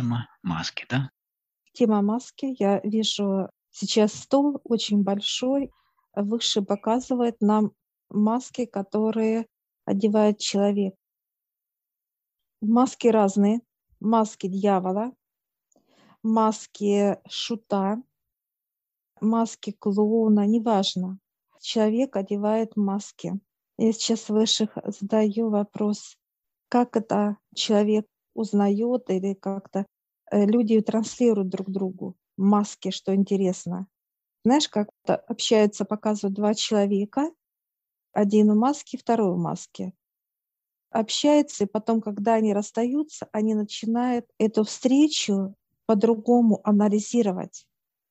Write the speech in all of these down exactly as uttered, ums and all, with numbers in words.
тема маски, да? Тема маски. Я вижу сейчас стол очень большой. Выше показывает нам маски, которые одевает человек. Маски разные. Маски дьявола, маски шута, маски клоуна, неважно. Человек одевает маски. Я сейчас выше задаю вопрос, как это человек узнает или как-то э, люди транслируют друг другу маски, что интересно. Знаешь, как-то общаются, показывают два человека, один в маске, второй в маске. Общаются, и потом, когда они расстаются, они начинают эту встречу по-другому анализировать.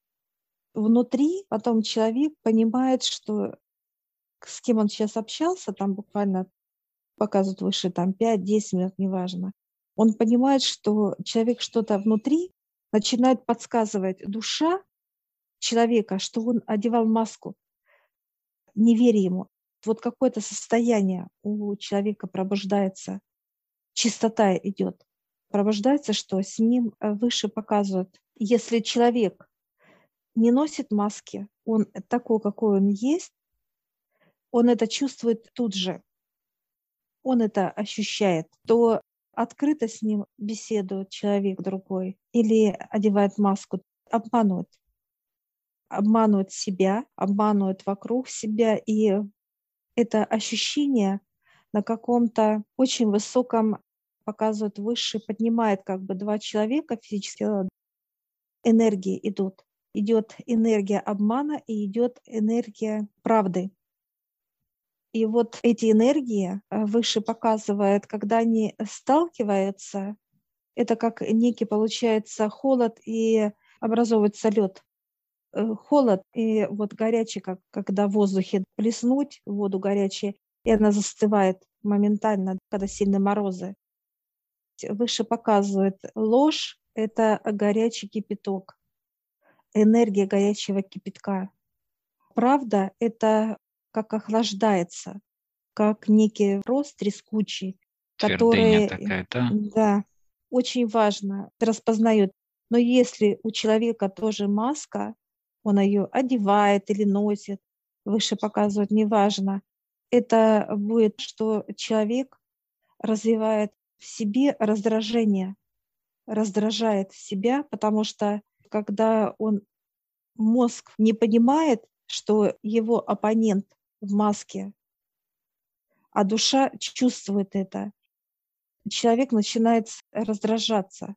Внутри потом человек понимает, что с кем он сейчас общался, там буквально показывают выше там пять-десять минут, неважно. Он понимает, что человек что-то внутри начинает подсказывать душа человека, что он одевал маску. Не верь ему. Вот какое-то состояние у человека пробуждается, чистота идет. Пробуждается, что с ним э, выше показывают. Если человек не носит маски, он такой, какой он есть, он это чувствует тут же, он это ощущает, то открыто с ним беседует человек другой или одевает маску, обманывает. Обманывает себя, обманывает вокруг себя, и это ощущение на каком-то очень высоком показывает выше, поднимает как бы два человека физически, энергии идут. Идет энергия обмана и идет энергия правды. И вот эти энергии э, выше показывает, когда они сталкиваются, это как некий получается холод и образовывается лед. Э, Холод и вот горячий, как когда в воздухе плеснуть воду горячей, и она застывает моментально, когда сильные морозы. Выше показывает ложь — это горячий кипяток, энергия горячего кипятка. Правда — это как охлаждается, как некий рост трескучий, Твердыня который, такая, да? да, очень важно, распознает. Но если у человека тоже маска, он ее одевает или носит, выше показывает, неважно, это будет, что человек развивает в себе раздражение, раздражает себя, потому что когда он мозг не понимает, что его оппонент в маске, а душа чувствует это, человек начинает с- раздражаться.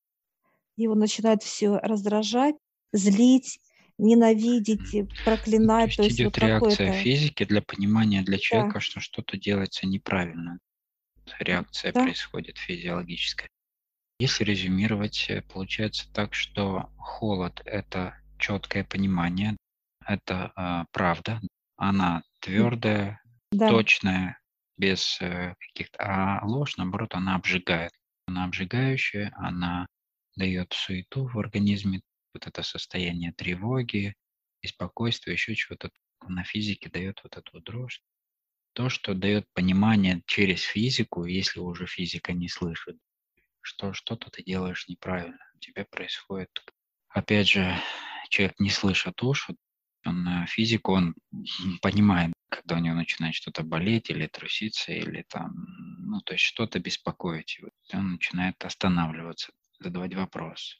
Его начинает все раздражать, злить, ненавидеть, Мгм. и Ну, то проклинать. То есть есть вот идет реакция какое-то, физики для понимания для да, человека, что что-то делается неправильно. Реакция да, происходит физиологическая. Если резюмировать, э, получается так, что холод — это четкое понимание, это а, правда, она твердая, да, точная, без э, каких-то, а ложь, наоборот, она обжигает. Она обжигающая, она дает суету в организме, вот это состояние тревоги, беспокойства, еще чего-то на физике дает вот эту вот дрожь. То, что дает понимание через физику, если уже физика не слышит, что что-то ты делаешь неправильно, у тебя происходит. Опять же, человек не слышит уши, он э, физику, он м, понимает, когда у него начинает что-то болеть или труситься, или там, ну, то есть что-то беспокоить его. И он начинает останавливаться, задавать вопрос.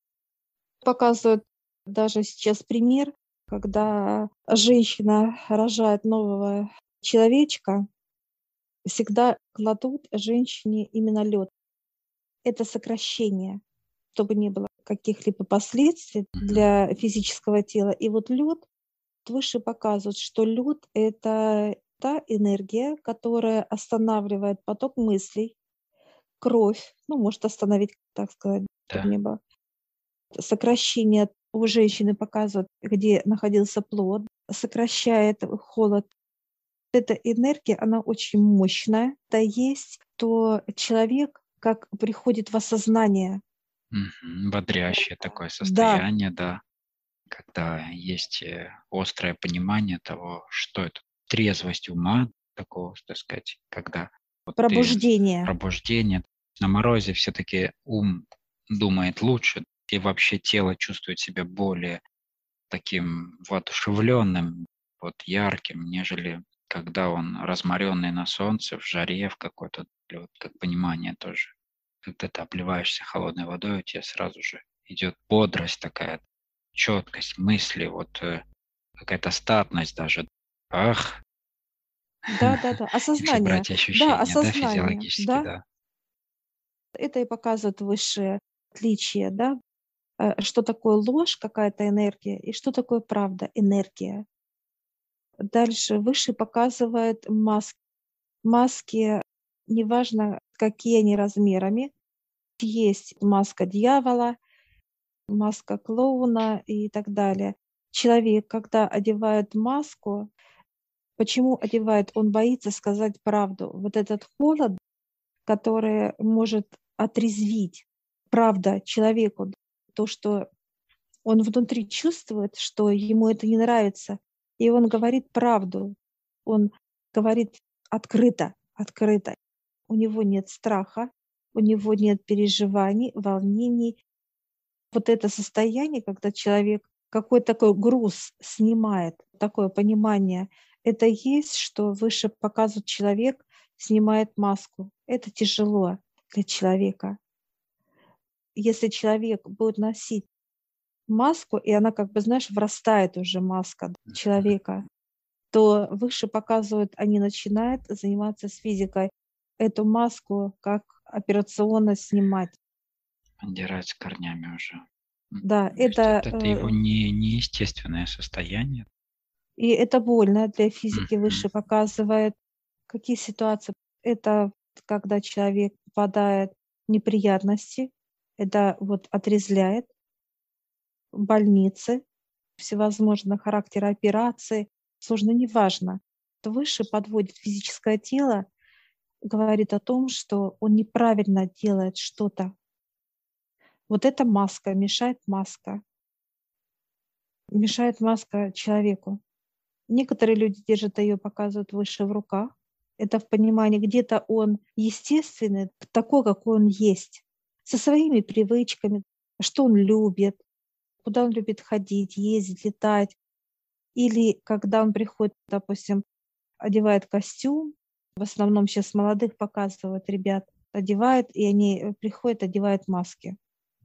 показывают даже сейчас пример, когда женщина рожает нового человечка, всегда кладут женщине именно лед. Это сокращение, чтобы не было каких-либо последствий Мгм. для физического тела. И вот лед выше показывает, что лед — это та энергия, которая останавливает поток мыслей, кровь, ну, может остановить, так сказать, чтобы Да. не было. Сокращение у женщины показывает, где находился плод, сокращает холод. Эта энергия, она очень мощная. Это есть, то человек как приходит в осознание. Мгм. Бодрящее Это. такое Да, состояние, да, когда есть э, острое понимание того, что это. Трезвость ума такого, так сказать, когда вот ты пробуждение. пробуждение. На морозе все-таки ум думает лучше, и вообще тело чувствует себя более таким воодушевленным, вот ярким, нежели когда он разморенный на солнце, в жаре, в какой-то, или вот как понимание тоже. Когда ты обливаешься холодной водой, у тебя сразу же идет бодрость такая, четкость мысли, вот э, какая-то статность даже. Ах, Да-да-да, если осознание. брать Да, ощущения, да, осознание. физиологически, Да, да. это и показывает высшее отличие, да, э, что такое ложь, какая-то энергия, и что такое правда, энергия. Дальше выше показывает маски. Маски, неважно, какие они размерами. Есть маска дьявола, маска клоуна и так далее. Человек, когда одевает маску, почему одевает? Он боится сказать правду. Вот этот холод, который может отрезвить, правда, человеку, то, что он внутри чувствует, что ему это не нравится, и он говорит правду. Он говорит открыто, открыто. У него нет страха, у него нет переживаний, волнений. Вот это состояние, когда человек какой-то такой груз снимает, такое понимание, это и есть, что выше показывает человек, снимает маску. Это тяжело для человека. Если человек будет носить маску, и она как бы, знаешь, врастает уже маска человека, то выше показывают, они начинают заниматься с физикой. Эту маску как операционно снимать. Отдирать с корнями уже. М, Да, То есть это, это, это его э, не, неестественное состояние. и это больно для физики. Мгм. Выше показывает, какие ситуации. Это когда человек попадает в неприятности, это вот отрезляет, больницы, всевозможного характера операции, сложно, неважно. То выше подводит физическое тело, говорит о том, что он неправильно делает что-то. Вот эта маска, мешает маска, мешает маска человеку. Некоторые люди держат ее, показывают выше в руках. Это в понимании, где-то он естественный, такой, какой он есть, со своими привычками, что он любит, куда он любит ходить, ездить, летать. Или когда он приходит, допустим, одевает костюм, в основном сейчас молодых показывают ребят, одевают, и они э, приходят, одевают маски.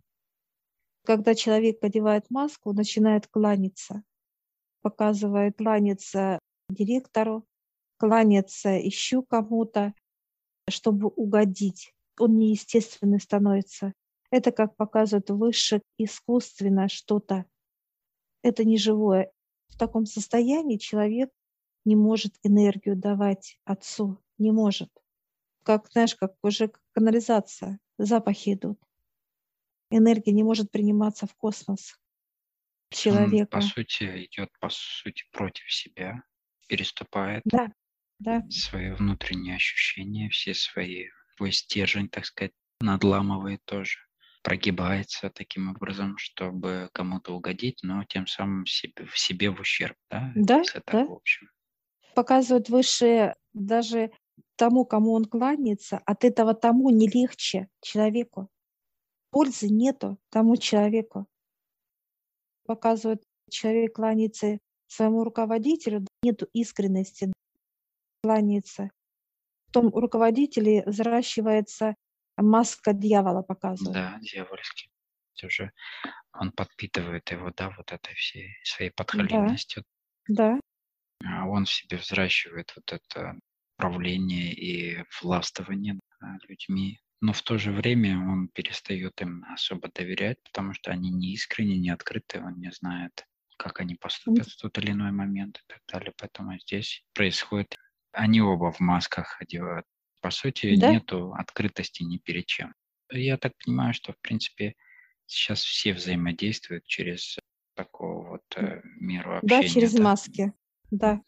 Когда человек одевает маску, начинает кланяться, показывает кланяться директору, кланяться еще кому-то, чтобы угодить. Он неестественный становится. Это, как показывает выше, искусственно что-то. Это не живое. В таком состоянии человек не может энергию давать отцу, не может. Как, знаешь, как уже как канализация, запахи идут. Энергия не может приниматься в космос Он, по человека. сути, идет, по сути, против себя, переступает Да, да, свои внутренние ощущения, все свои, свой стержень, так сказать, надламывает тоже, прогибается таким образом, чтобы кому-то угодить, но тем самым себе, в себе в ущерб, да, да, если так да. в общем. Показывают выше даже тому, кому он кланяется, от этого тому не легче человеку. Пользы нету тому человеку. Показывают, человек кланяется своему руководителю, нету искренности, кланяется. В том руководителе взращивается маска дьявола, показывают. Да, дьявольский. Уже он подпитывает его, да, вот этой всей своей Да, подхалимостью. да, А он в себе взращивает вот это правление и властвование а, людьми. Но в то же время он перестает им особо доверять, потому что они не искренне, не открыты, он не знает, как они м, поступят в тот или иной момент и так далее. Поэтому здесь происходит, они оба в масках одевают. По сути, да, нету открытости ни перед чем. Я так понимаю, что, в принципе, сейчас все взаимодействуют через такого вот э, меру да, общения, через да? маски, да.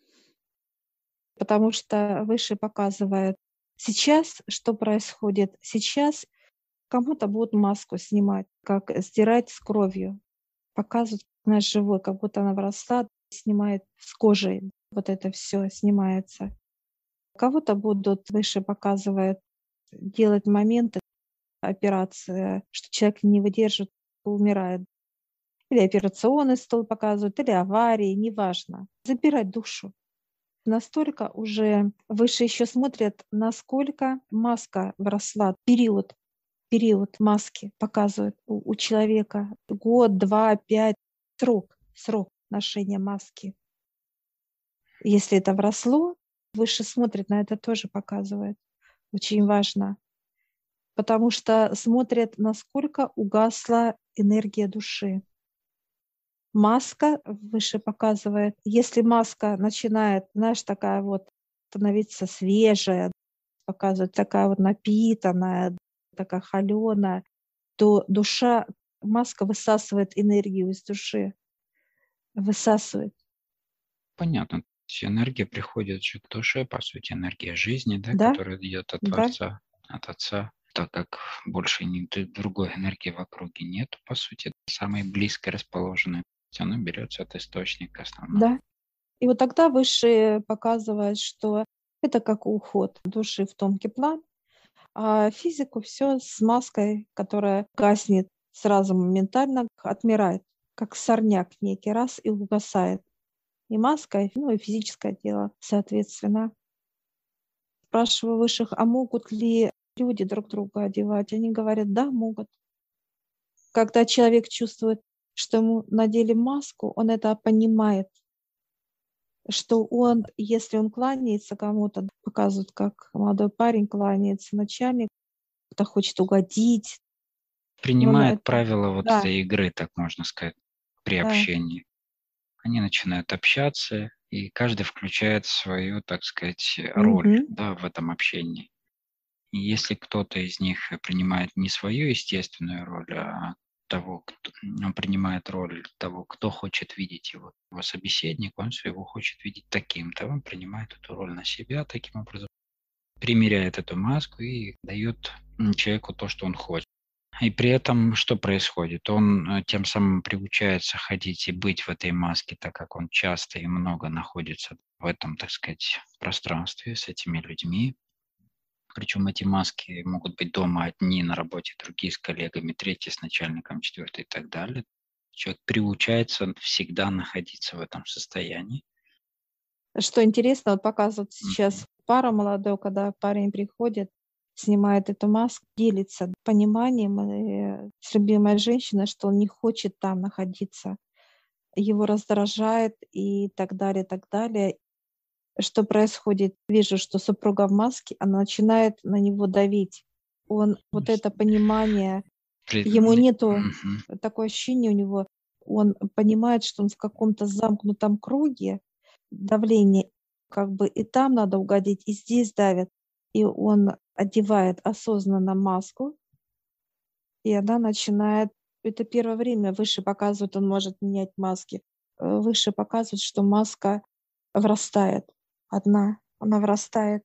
Потому что выше показывает. Сейчас что происходит? Сейчас кому-то будут маску снимать, как сдирать с кровью. Показывают наш живой, как будто она вросла, снимает с кожей. Вот это все снимается. Кого-то будут, выше показывает, делать моменты, операция, что человек не выдержит, умирает. Или операционный стол показывают, или аварии, неважно. Забирать душу. Настолько уже выше еще смотрят, насколько маска вросла. Период, период маски показывают у, у человека. Год, два, пять. Срок, срок ношения маски. Если это вросло, выше смотрят, на это тоже показывает. Очень важно. Потому что смотрят, насколько угасла энергия души. Маска выше показывает. Если маска начинает, знаешь, такая вот становиться свежая, показывает такая вот напитанная, такая холеная, то душа, маска высасывает энергию из души. Высасывает. Понятно. То есть энергия приходит же к душе, по сути, энергия жизни, да, Да, которая идет от да, Творца, от Отца. Так как больше ни д- другой энергии в округе нет, по сути, самой близкой расположенной, она берется от источника основного. да. И вот тогда выше показывает, что это как уход души в тонкий план, а физику все с маской, которая гаснет сразу моментально, отмирает, как сорняк некий раз и угасает. И маска, и, ну и физическое тело, соответственно. Спрашиваю высших, а могут ли люди друг друга одевать? Они говорят, да, могут. Когда человек чувствует, что ему надели маску, он это понимает, что он, если он кланяется кому-то, показывают, как молодой парень кланяется, начальник, кто хочет угодить, он Принимает это, правила вот да, этой игры, так можно сказать, при да, общении. Они начинают общаться, и каждый включает свою, так сказать, роль, мгм. да, в этом общении. И если кто-то из них принимает не свою естественную роль, а того, кто, он принимает роль того, кто хочет видеть его, его собеседник, он своего хочет видеть таким-то, он принимает эту роль на себя таким образом, примеряет эту маску и дает м, человеку то, что он хочет. И при этом что происходит? Он э, тем самым приучается ходить и быть в этой маске, так как он часто и много находится в этом, так сказать, пространстве с этими людьми. Причем эти маски могут быть дома одни, на работе другие с коллегами, третьи с начальником, четвертый и так далее. Человек приучается всегда находиться в этом состоянии. Что интересно, вот показывают Мгм. сейчас пара молодой, когда парень приходит, снимает эту маску, делится пониманием э, с любимой женщиной, что он не хочет там находиться. Его раздражает и так далее, так далее. Что происходит? Вижу, что супруга в маске, она начинает на него давить. Он Ну, вот с- это понимание, при- ему нету Мгм. такое ощущение у него, он понимает, что он в каком-то замкнутом круге давления, как бы и там надо угодить, и здесь давят. И он одевает осознанно маску, и она начинает, это первое время выше показывает, он может менять маски. Э, Выше показывает, что маска врастает. Одна, она врастает.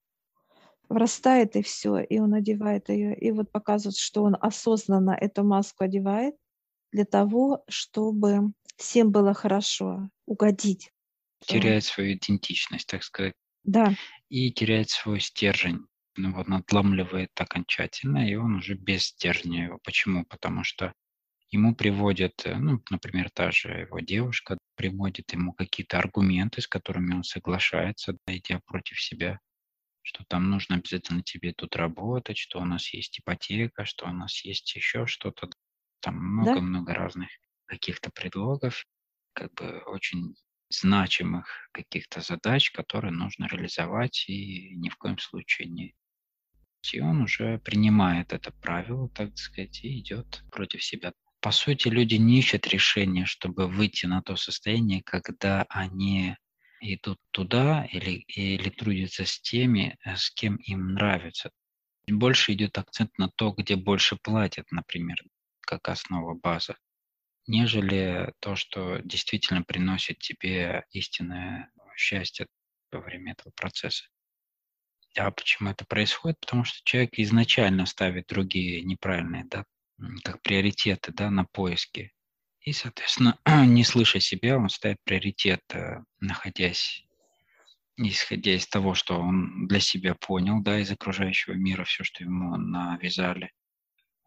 Врастает и все, и он одевает ее. И вот показывает, что он осознанно эту маску одевает для того, чтобы всем было хорошо, угодить. Что Теряет свою идентичность, так сказать, да, и теряет свой стержень. Ну вот надламливает окончательно, и он уже без стержня его. Почему? Потому что ему приводят, э, ну, например, та же его девушка приводит ему какие-то аргументы, с которыми он соглашается, да, идя против себя, что там нужно обязательно тебе тут работать, что у нас есть ипотека, что у нас есть еще что-то. Там да, много-много разных каких-то предлогов, как бы очень значимых каких-то задач, которые нужно реализовать и ни в коем случае не. И он уже принимает это правило, так сказать, и идет против себя. По сути, люди не ищут решения, чтобы выйти на то состояние, когда они идут туда или, или трудятся с теми, э, с кем им нравится. Больше идет акцент на то, где больше платят, например, как основа база, нежели то, что действительно приносит тебе истинное счастье во время этого процесса. А почему это происходит? Потому что человек изначально ставит другие неправильные, да, м, как приоритеты, да, на поиски. И, соответственно, не слыша себя, он ставит приоритет, э, находясь, исходя из того, что он для себя понял, да, из окружающего мира, все, что ему навязали.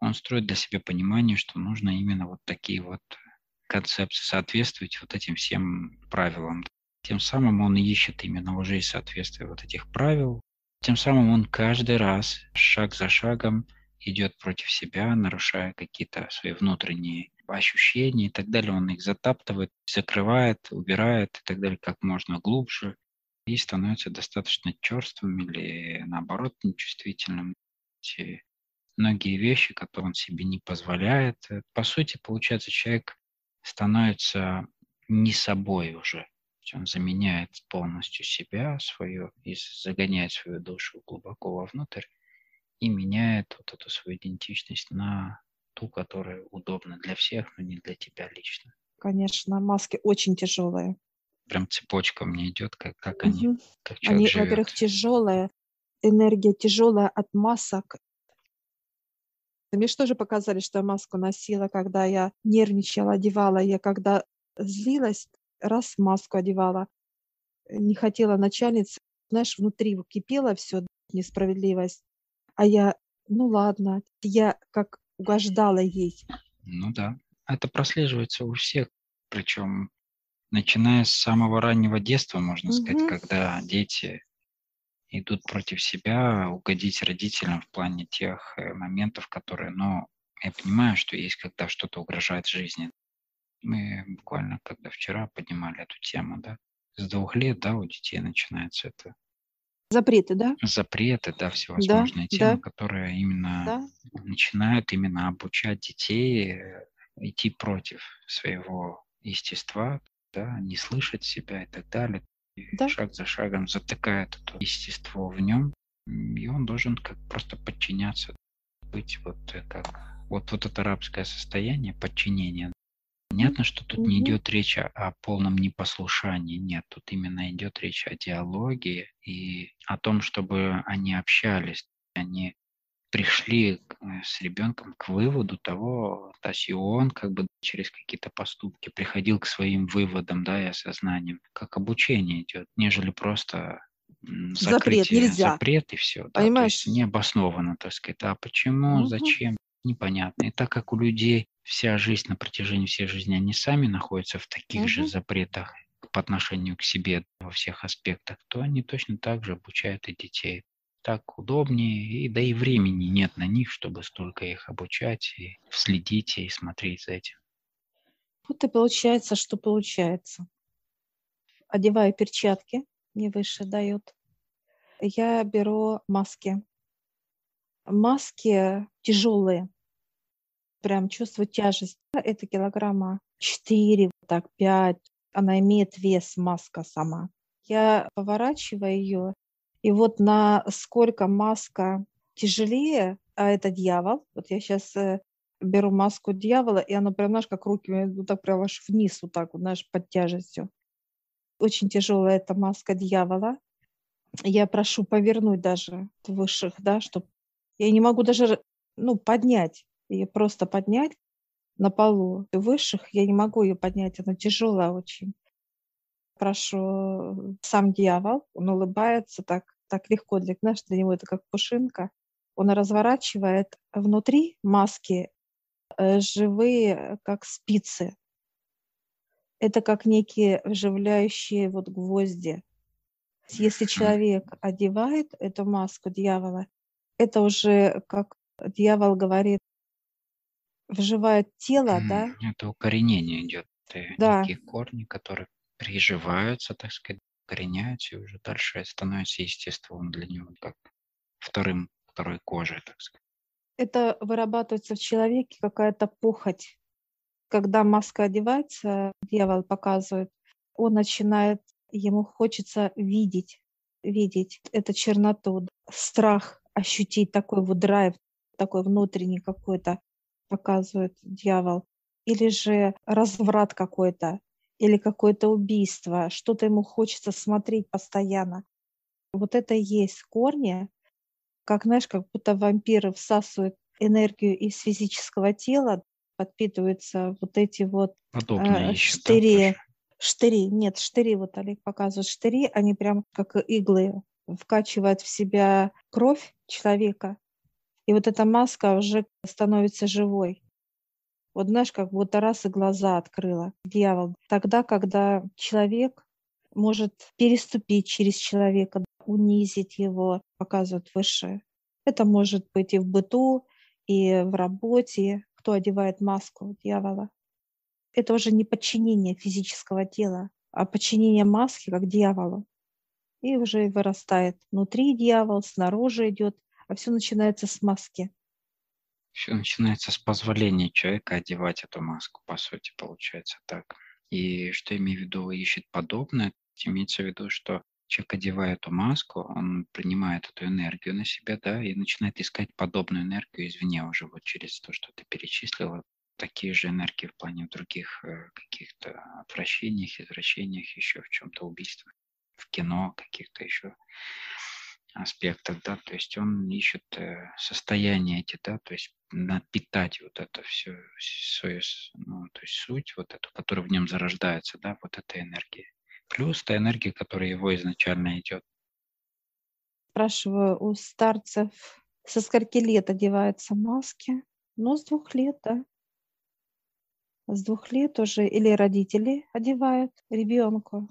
он строит для себя понимание, что нужно именно вот такие вот концепции соответствовать вот этим всем правилам. Тем самым он ищет именно уже и соответствие вот этих правил. Тем самым он каждый раз, шаг за шагом, идет против себя, нарушая какие-то свои внутренние ощущения и так далее. Он их затаптывает, закрывает, убирает и так далее как можно глубже и становится достаточно черствым или, наоборот, нечувствительным. Эти многие вещи, которые он себе не позволяет. Э, По сути, получается, человек становится не собой уже. То есть он заменяет полностью себя, свою, и загоняет свою душу глубоко вовнутрь и меняет вот эту свою идентичность на ту, которая удобна для всех, но не для тебя лично. Конечно, маски очень тяжелые. Прям цепочка мне идет, как, как они, Мгм. как человек Они, во-первых, живет. тяжелые, энергия тяжелая от масок. Мне же тоже показали, что я маску носила, когда я нервничала, одевала. Я когда злилась, раз маску одевала, э, не хотела начальница, знаешь, внутри вот кипело все, несправедливость. А я, ну ладно, я как угождала ей. Ну да, это прослеживается у всех, причем начиная с самого раннего детства, можно сказать, Мгм. когда дети идут против себя, угодить родителям в плане тех э, моментов, которые, ну, я понимаю, что есть, когда что-то угрожает жизни. Мы буквально, когда вчера поднимали эту тему, да, с двух лет, да, у детей начинается это Запреты, да? запреты, да, Да, всевозможные темы, да, которые именно да, начинают именно обучать детей э, идти против своего естества, да, не слышать себя и так далее. И да. шаг за шагом затыкает это естество в нем, и он должен как просто подчиняться, быть вот э, как вот, вот это рабское состояние подчинения. Мгм. Понятно, что тут не Мгм. идет речь о, о полном непослушании, нет, тут именно идет речь о диалоге и о том, чтобы они общались, они пришли к- э, с ребенком к выводу того, то есть и он как бы через какие-то поступки приходил к своим выводам, да, и осознаниям, как обучение идет, нежели просто м, Запрет закрытие, нельзя, запрет и все, да, то есть понимаешь? необоснованно, так сказать, а почему, Мгм. зачем, непонятно. И так как у людей вся жизнь на протяжении всей жизни, они сами находятся в таких же Мгм. запретах по отношению к себе во всех аспектах, то они точно так же обучают и детей. Так удобнее, и да и времени нет на них, чтобы столько их обучать и следить и смотреть за этим. Вот и получается, что получается. Одеваю перчатки, мне выше дают. Я беру маски. Маски тяжелые, прям чувствую тяжесть. Это килограмма четыре, вот так пять. Она имеет вес, маска сама. Я поворачиваю ее, и вот на сколько маска тяжелее, а это дьявол. Вот я сейчас беру маску дьявола, и она прям, знаешь, как руки у меня вот так прям аж вниз, вот так вот, знаешь, под тяжестью. Очень тяжелая эта маска дьявола. Я прошу повернуть даже высших, да, чтоб я не могу даже, р ну, поднять, ее просто поднять на полу высших, я не могу ее поднять, она тяжелая очень. Прошу, сам дьявол, он улыбается так так легко, для знаешь, для него это как пушинка. Он разворачивает внутри маски, э, живые, э, как спицы. Это как некие вживляющие вот гвозди. Если М, человек одевает эту маску дьявола, это уже, как дьявол говорит, вживает тело, м, да, Это укоренение идет. Это да, некие корни, которые приживаются, так сказать, укореняются, и уже дальше становится естеством для него, как вторым, второй кожей, так сказать. это вырабатывается в человеке какая-то похоть. Когда маска одевается, дьявол показывает, он начинает, ему хочется видеть, видеть эту черноту, страх ощутить, такой вот драйв, такой внутренний какой-то показывает дьявол. Или же разврат какой-то, или какое-то убийство, что-то ему хочется смотреть постоянно. Вот это и есть корни, как, знаешь, как будто вампиры всасывают энергию из физического тела, подпитываются вот эти вот, Подобное э, ищут, да, штыри. тоже? Штыри, нет, штыри, вот Олег показывает, штыри, они прям как иглы вкачивают в себя кровь человека, И вот эта маска уже становится живой. Вот знаешь, как будто раз и глаза открыла дьявол. Тогда, когда человек может переступить через человека, унизить его, показывает высшее. Это может быть и в быту, и в работе, кто одевает маску дьявола. Это уже не подчинение физического тела, а подчинение маски как дьяволу. И уже вырастает внутри дьявол, снаружи идет, а все начинается с маски. Все начинается с позволения человека одевать эту маску, по сути, получается так. И что имею в виду, ищет подобное, имеется в виду, что человек, одевая эту маску, он принимает эту энергию на себя, да, и начинает искать подобную энергию извне уже вот через то, что ты перечислила, такие же энергии в плане других э, каких-то отвращениях, извращениях, еще в чем-то убийствах, в кино каких-то еще аспектах, да, то есть он ищет э, состояние эти, да, то есть напитать вот это все, свою, с- ну, то есть суть вот эту, которая в нем зарождается, да, вот эта энергия. Плюс та энергия, которая его изначально идет. Спрашиваю у старцев, со скольки лет одеваются маски? Ну, с двух лет, да. С двух лет уже или родители одевают ребенку,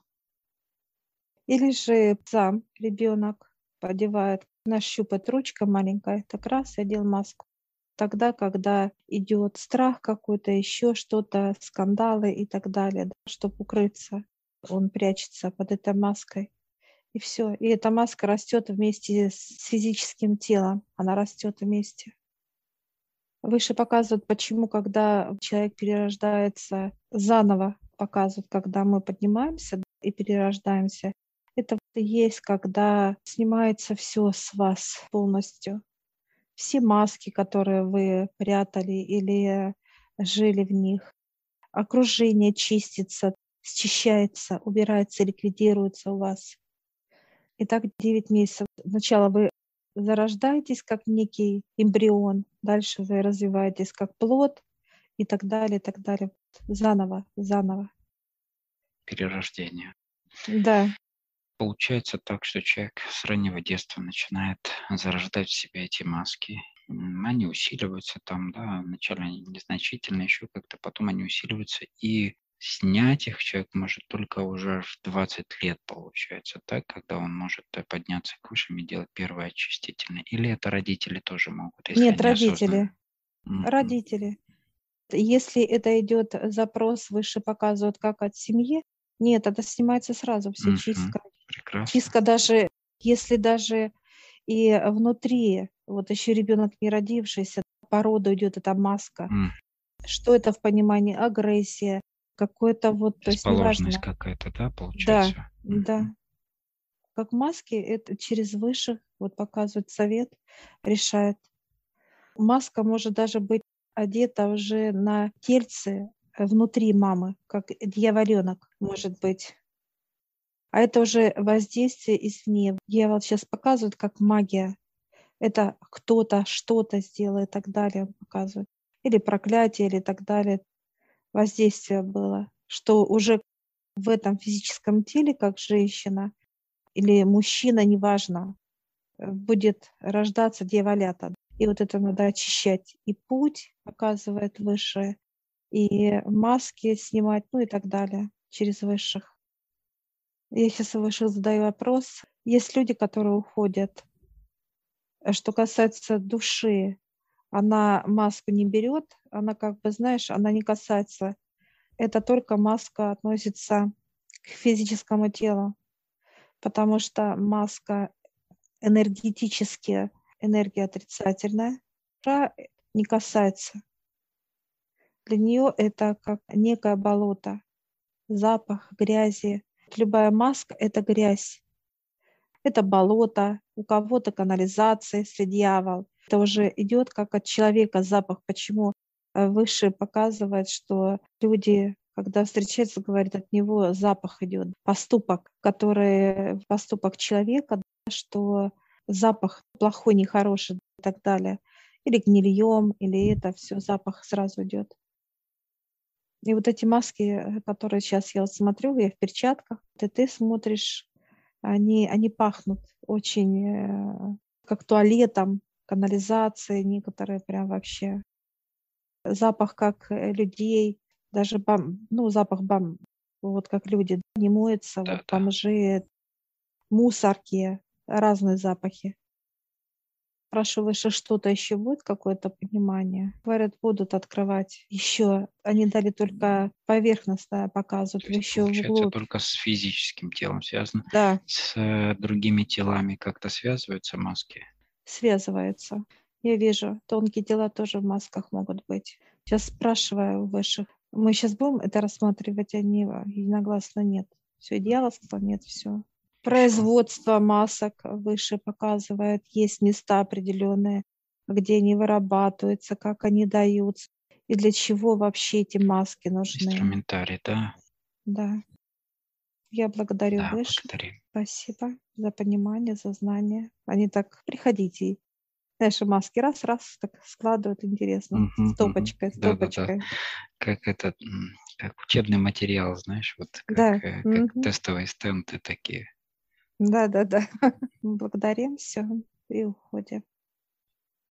или же сам ребенок одевает. Нащупать ручка маленькая, так раз и одел маску. Тогда, когда идет страх какой-то, еще что-то, скандалы и так далее, да, чтобы укрыться, он прячется под этой маской. И все. И эта маска растет вместе с физическим телом. Она растет вместе. Выше показывают, почему, когда человек перерождается заново, показывают, когда мы поднимаемся и перерождаемся. Это вот и есть, когда снимается все с вас полностью. Все маски, которые вы прятали или жили в них. Окружение чистится, счищается, убирается, ликвидируется у вас. И так девять месяцев. Сначала вы зарождаетесь как некий эмбрион, дальше вы развиваетесь как плод и так далее, и так далее. Заново, заново. Перерождение. Да, Получается так, что человек с раннего детства начинает зарождать в себе эти маски. М, Они усиливаются там, да, вначале они незначительно, еще как-то, потом они усиливаются, и снять их человек может только уже в двадцать лет, получается, так, когда он может э, подняться к высшим и делать первое очистительное. Или это родители тоже могут, если нет, они родители, осознанно. Мгм. родители. Если это идет запрос, выше показывают как от семьи, нет, это снимается сразу, все Мгм. чистка. Прекрасно. Чистка даже, если даже и внутри, вот еще ребенок не родившийся, по роду идет эта маска. М. Что это в понимании? Агрессия, какой-то вот, то есть Бесположность неважно. какая-то, да, Да, получается? да. Мгм. Как маски, это через высших, вот показывает совет, решает. Маска может даже быть одета уже на тельце э, внутри мамы, как дьяволенок может быть. А это уже воздействие извне. Дьявол сейчас показывает, как магия. Это кто-то что-то сделал и так далее, он показывает. Или проклятие, или так далее. Воздействие было, что уже в этом физическом теле, как женщина или мужчина, неважно, э, будет рождаться дьяволята. И вот это надо очищать. И путь показывает выше, и маски снимать, ну и так далее, через высших. Я сейчас у высших задаю вопрос. Есть люди, которые уходят. Э, Что касается души, она маску не берет, она как бы, знаешь, она не касается. Это только маска относится к физическому телу, потому что маска энергетически, энергия отрицательная, душа не касается. Для нее это как некое болото, запах грязи. Любая маска — это грязь, это болото, у кого-то канализация, если дьявол. Это уже идет как от человека запах. Почему э, выше показывает, что люди, когда встречаются, говорят, от него запах идет. Поступок, который поступок человека, да, что запах плохой, нехороший и так далее. Или гнильем, или это все запах сразу идет. И вот эти маски, э, которые сейчас я вот смотрю, я в перчатках, и ты смотришь, они, они пахнут очень э, как туалетом, канализации, некоторые прям вообще. Запах как э, людей, даже бом ну, запах бом вот как люди не моются, вот Да-да. бомжи, мусорки, разные запахи. Спрашиваю выше, что-то еще будет, какое-то понимание? Говорят, будут открывать еще. Они дали только поверхностное, показывают, То вы есть, еще получается, вглубь. только с физическим телом связано. Да, С э, другими телами как-то связываются маски? связываются. Я вижу, тонкие дела тоже в масках могут быть. Сейчас спрашиваю у высших. Мы сейчас будем это рассматривать, они а, единогласно нет. Все, идеала сказал нет, все. Хорошо. Производство масок выше показывает, есть места определенные, где они вырабатываются, как они даются и для чего вообще эти маски нужны. Инструментарий, да? Да, я благодарю Да, выше. благодарим. Спасибо за понимание, за знание. Они так приходите. Знаешь, и маски раз-раз так складывают интересно. Мгм, мгм. Стопочкой, Да-да-да. стопочкой. Как этот, м, как учебный материал, знаешь, вот как, Да. э, как Мгм. тестовые стенды такие. Да-да-да. Благодарим, все и уходим.